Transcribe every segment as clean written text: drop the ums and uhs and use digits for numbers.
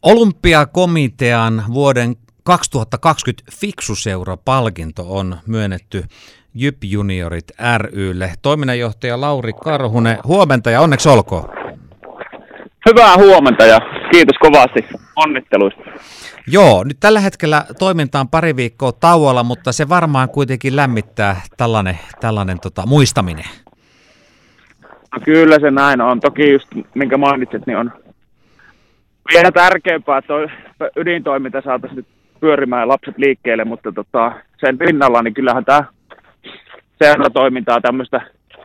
Olympiakomitean vuoden 2020 Fiksuseura-palkinto on myönnetty JYP Juniorit ry:lle. Toiminnanjohtaja Lauri Karhunen, huomenta ja onneksi olkoon. Hyvää huomenta ja kiitos kovasti onnitteluista. Joo, nyt tällä hetkellä toiminta on pari viikkoa tauolla, mutta se varmaan kuitenkin lämmittää tällainen muistaminen. No kyllä se näin on. Toki just minkä mainitsit, niin on vielä tärkeämpää, että ydintoiminta saataisiin nyt pyörimään ja lapset liikkeelle, mutta sen rinnalla niin kyllähän tämä seuratoimintaa tämmöistä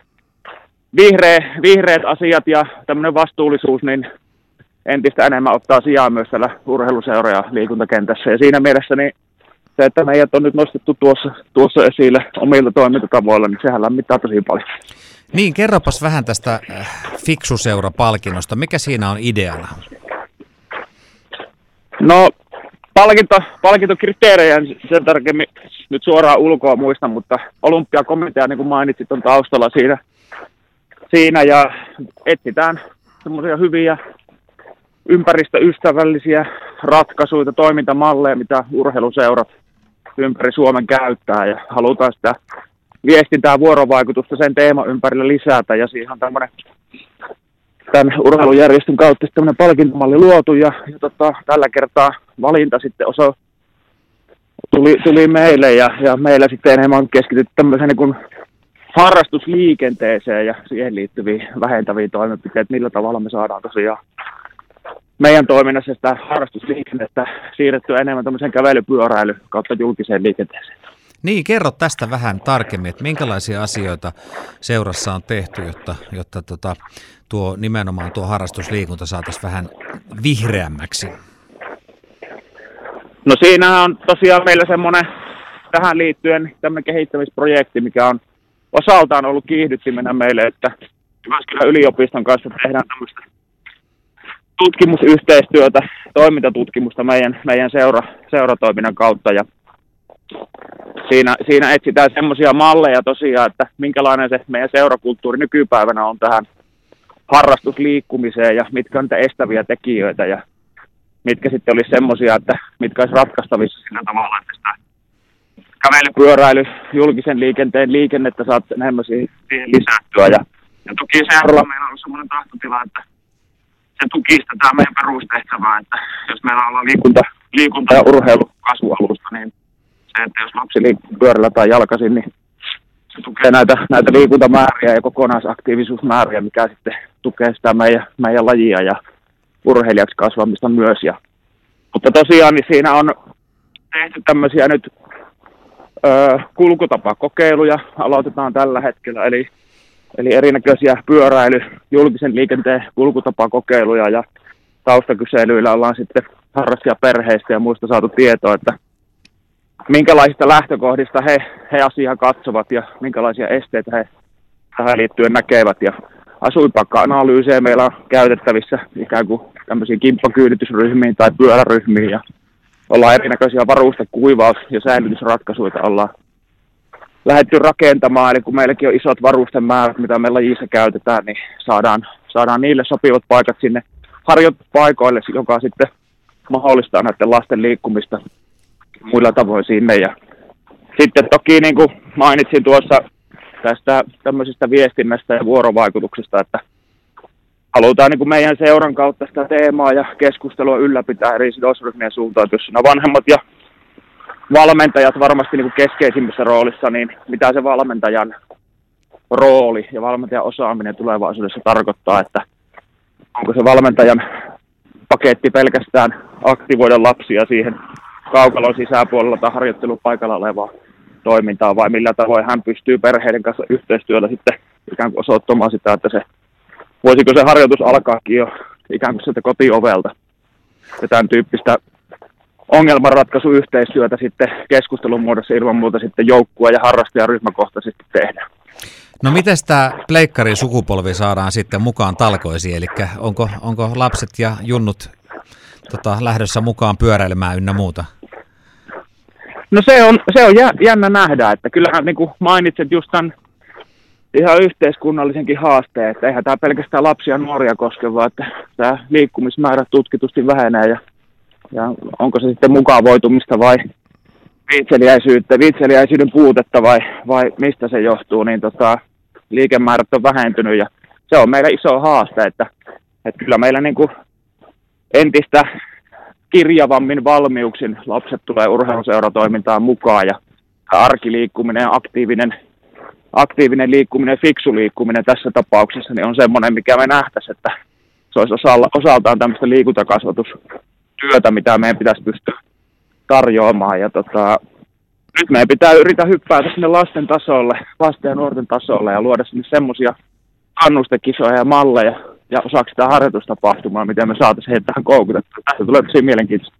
vihreät asiat ja tämmöinen vastuullisuus, niin entistä enemmän ottaa sijaa myös täällä urheiluseura- ja liikuntakentässä. Ja siinä mielessä niin se, että meidät on nyt nostettu tuossa esille omilla toimintatavoilla, niin sehän lämmittää tosi paljon. Niin, kerropas vähän tästä Fiksuseura-palkinnosta. Mikä siinä on ideana? No, palkintokriteerejä sen tarkemmin nyt suoraan ulkoa muista, mutta Olympiakomitea, niin kuin mainitsit, on taustalla siinä ja etsitään semmoisia hyviä ympäristöystävällisiä ratkaisuja, toimintamalleja, mitä urheiluseurat ympäri Suomen käyttää ja halutaan sitä viestintää vuorovaikutusta sen teeman ympärillä lisätä ja siihen on tämän urheilujärjestön kautta tämmöinen palkintomalli luotu ja tällä kertaa valinta sitten tuli meille ja meillä sitten enemmän on keskitytty tämmöiseen niin kuin harrastusliikenteeseen ja siihen liittyviin vähentäviin toimenpiteitä, millä tavalla me saadaan tosiaan meidän toiminnassa sitä harrastusliikennettä siirrettyä enemmän tämmöiseen kävelypyöräily kautta julkiseen liikenteeseen. Niin, kerro tästä vähän tarkemmin, että minkälaisia asioita seurassa on tehty, jotta nimenomaan tuo harrastusliikunta saataisiin vähän vihreämmäksi. No siinähän on tosiaan meillä semmoinen tähän liittyen tämmöinen kehittämisprojekti, mikä on osaltaan ollut kiihdyttimenä meille, että Jyväskylän yliopiston kanssa tehdään tämmöistä tutkimusyhteistyötä, toimintatutkimusta meidän seuratoiminnan kautta ja siinä etsitään semmoisia malleja tosiaan, että minkälainen se meidän seurakulttuuri nykypäivänä on tähän harrastusliikkumiseen ja mitkä on niitä estäviä tekijöitä ja mitkä sitten olisi semmoisia, että mitkä olisi ratkaistavissa sillä tavalla, että sitä kävelypyöräily, julkisen liikenteen liikennettä saat enemmän siihen lisättyä ja toki seuralla meillä on semmoinen tahtotila, että se tukisi tätä meidän perustehtävää, että jos meillä on liikunta ja urheilu kasvualusta, niin se, että jos lapsi liikkuu pyörällä tai jalkaisin, niin se tukee näitä liikuntamääriä ja kokonaisaktiivisuusmääriä, mikä sitten tukee sitä meidän lajia ja urheilijaksi kasvamista myös. Mutta tosiaan niin siinä on tehty tämmöisiä nyt kulkutapakokeiluja, aloitetaan tällä hetkellä, eli erinäköisiä julkisen liikenteen kulkutapakokeiluja ja taustakyselyillä ollaan sitten harrastajaperheistä ja muista saatu tietoa, että minkälaisista lähtökohdista he asiaa katsovat ja minkälaisia esteitä he tähän liittyen näkevät. Ja asuinpaikka-analyysejä meillä on käytettävissä ikään kuin tämmöisiin kimppakyyditysryhmiin tai pyöräryhmiin ja ollaan erinäköisiä varustekuivaus- ja säilytysratkaisuja ollaan lähdetty rakentamaan, eli kun meilläkin on isot varustemäärät, mitä me lajissa käytetään, niin saadaan niille sopivat paikat sinne harjoituspaikoille, joka sitten mahdollistaa näiden lasten liikkumista muilla tavoin sinne. Ja sitten toki niin kuin mainitsin tuossa tästä tämmöisestä viestinnästä ja vuorovaikutuksesta, että halutaan niin kuin meidän seuran kautta sitä teemaa ja keskustelua ylläpitää eri sidosryhmien suuntaan, että jos siinä vanhemmat ja valmentajat varmasti niin kuin keskeisimmässä roolissa, niin mitä se valmentajan rooli ja valmentajan osaaminen tulevaisuudessa tarkoittaa, että onko se valmentajan paketti pelkästään aktivoida lapsia siihen kaukalon sisäpuolella tai harjoittelupaikalla olevaa toimintaa, vai millä tavoin hän pystyy perheiden kanssa yhteistyöllä sitten ikään kuin osoittamaan sitä, että voisiko se harjoitus alkaakin jo ikään kuin sieltä kotiovelta. Ja tämän tyyppistä ongelmanratkaisuyhteistyötä sitten keskustelun muodossa ilman muuta sitten joukkue- ja harrastajaryhmäkohtaisesti tehdään. No miten tämä pleikkarin sukupolvi saadaan sitten mukaan talkoisiin, eli onko lapset ja junnut lähdössä mukaan pyöräilemään ynnä muuta? No se on jännä nähdä, että kyllähän niin kuin mainitset just tämän ihan yhteiskunnallisenkin haasteen, että eihän tämä pelkästään lapsia ja nuoria koske, vaan että tämä liikkumismäärä tutkitusti vähenee ja ja onko se sitten mukavoitumista vai viitseliäisyyden puutetta vai mistä se johtuu, niin liikemäärät on vähentynyt ja se on meillä iso haaste, että kyllä meillä niin kuin entistä kirjavammin valmiuksin lapset tulee urheiluseuratoimintaan mukaan ja arkiliikkuminen, aktiivinen liikkuminen, fiksu liikkuminen tässä tapauksessa niin on semmoinen, mikä me nähtäisiin, että se olisi osaltaan tämmöistä liikuntakasvatustyötä, mitä meidän pitäisi pystyä tarjoamaan. Ja nyt meidän pitää yrittää hyppäätä sinne lasten ja nuorten tasolle ja luoda sinne semmoisia kannustekisoja ja malleja ja osaksi sitä harjoitustapahtumaa, miten me saataisiin heitä tähän koukutettua. Tästä tulee tosi mielenkiintoista.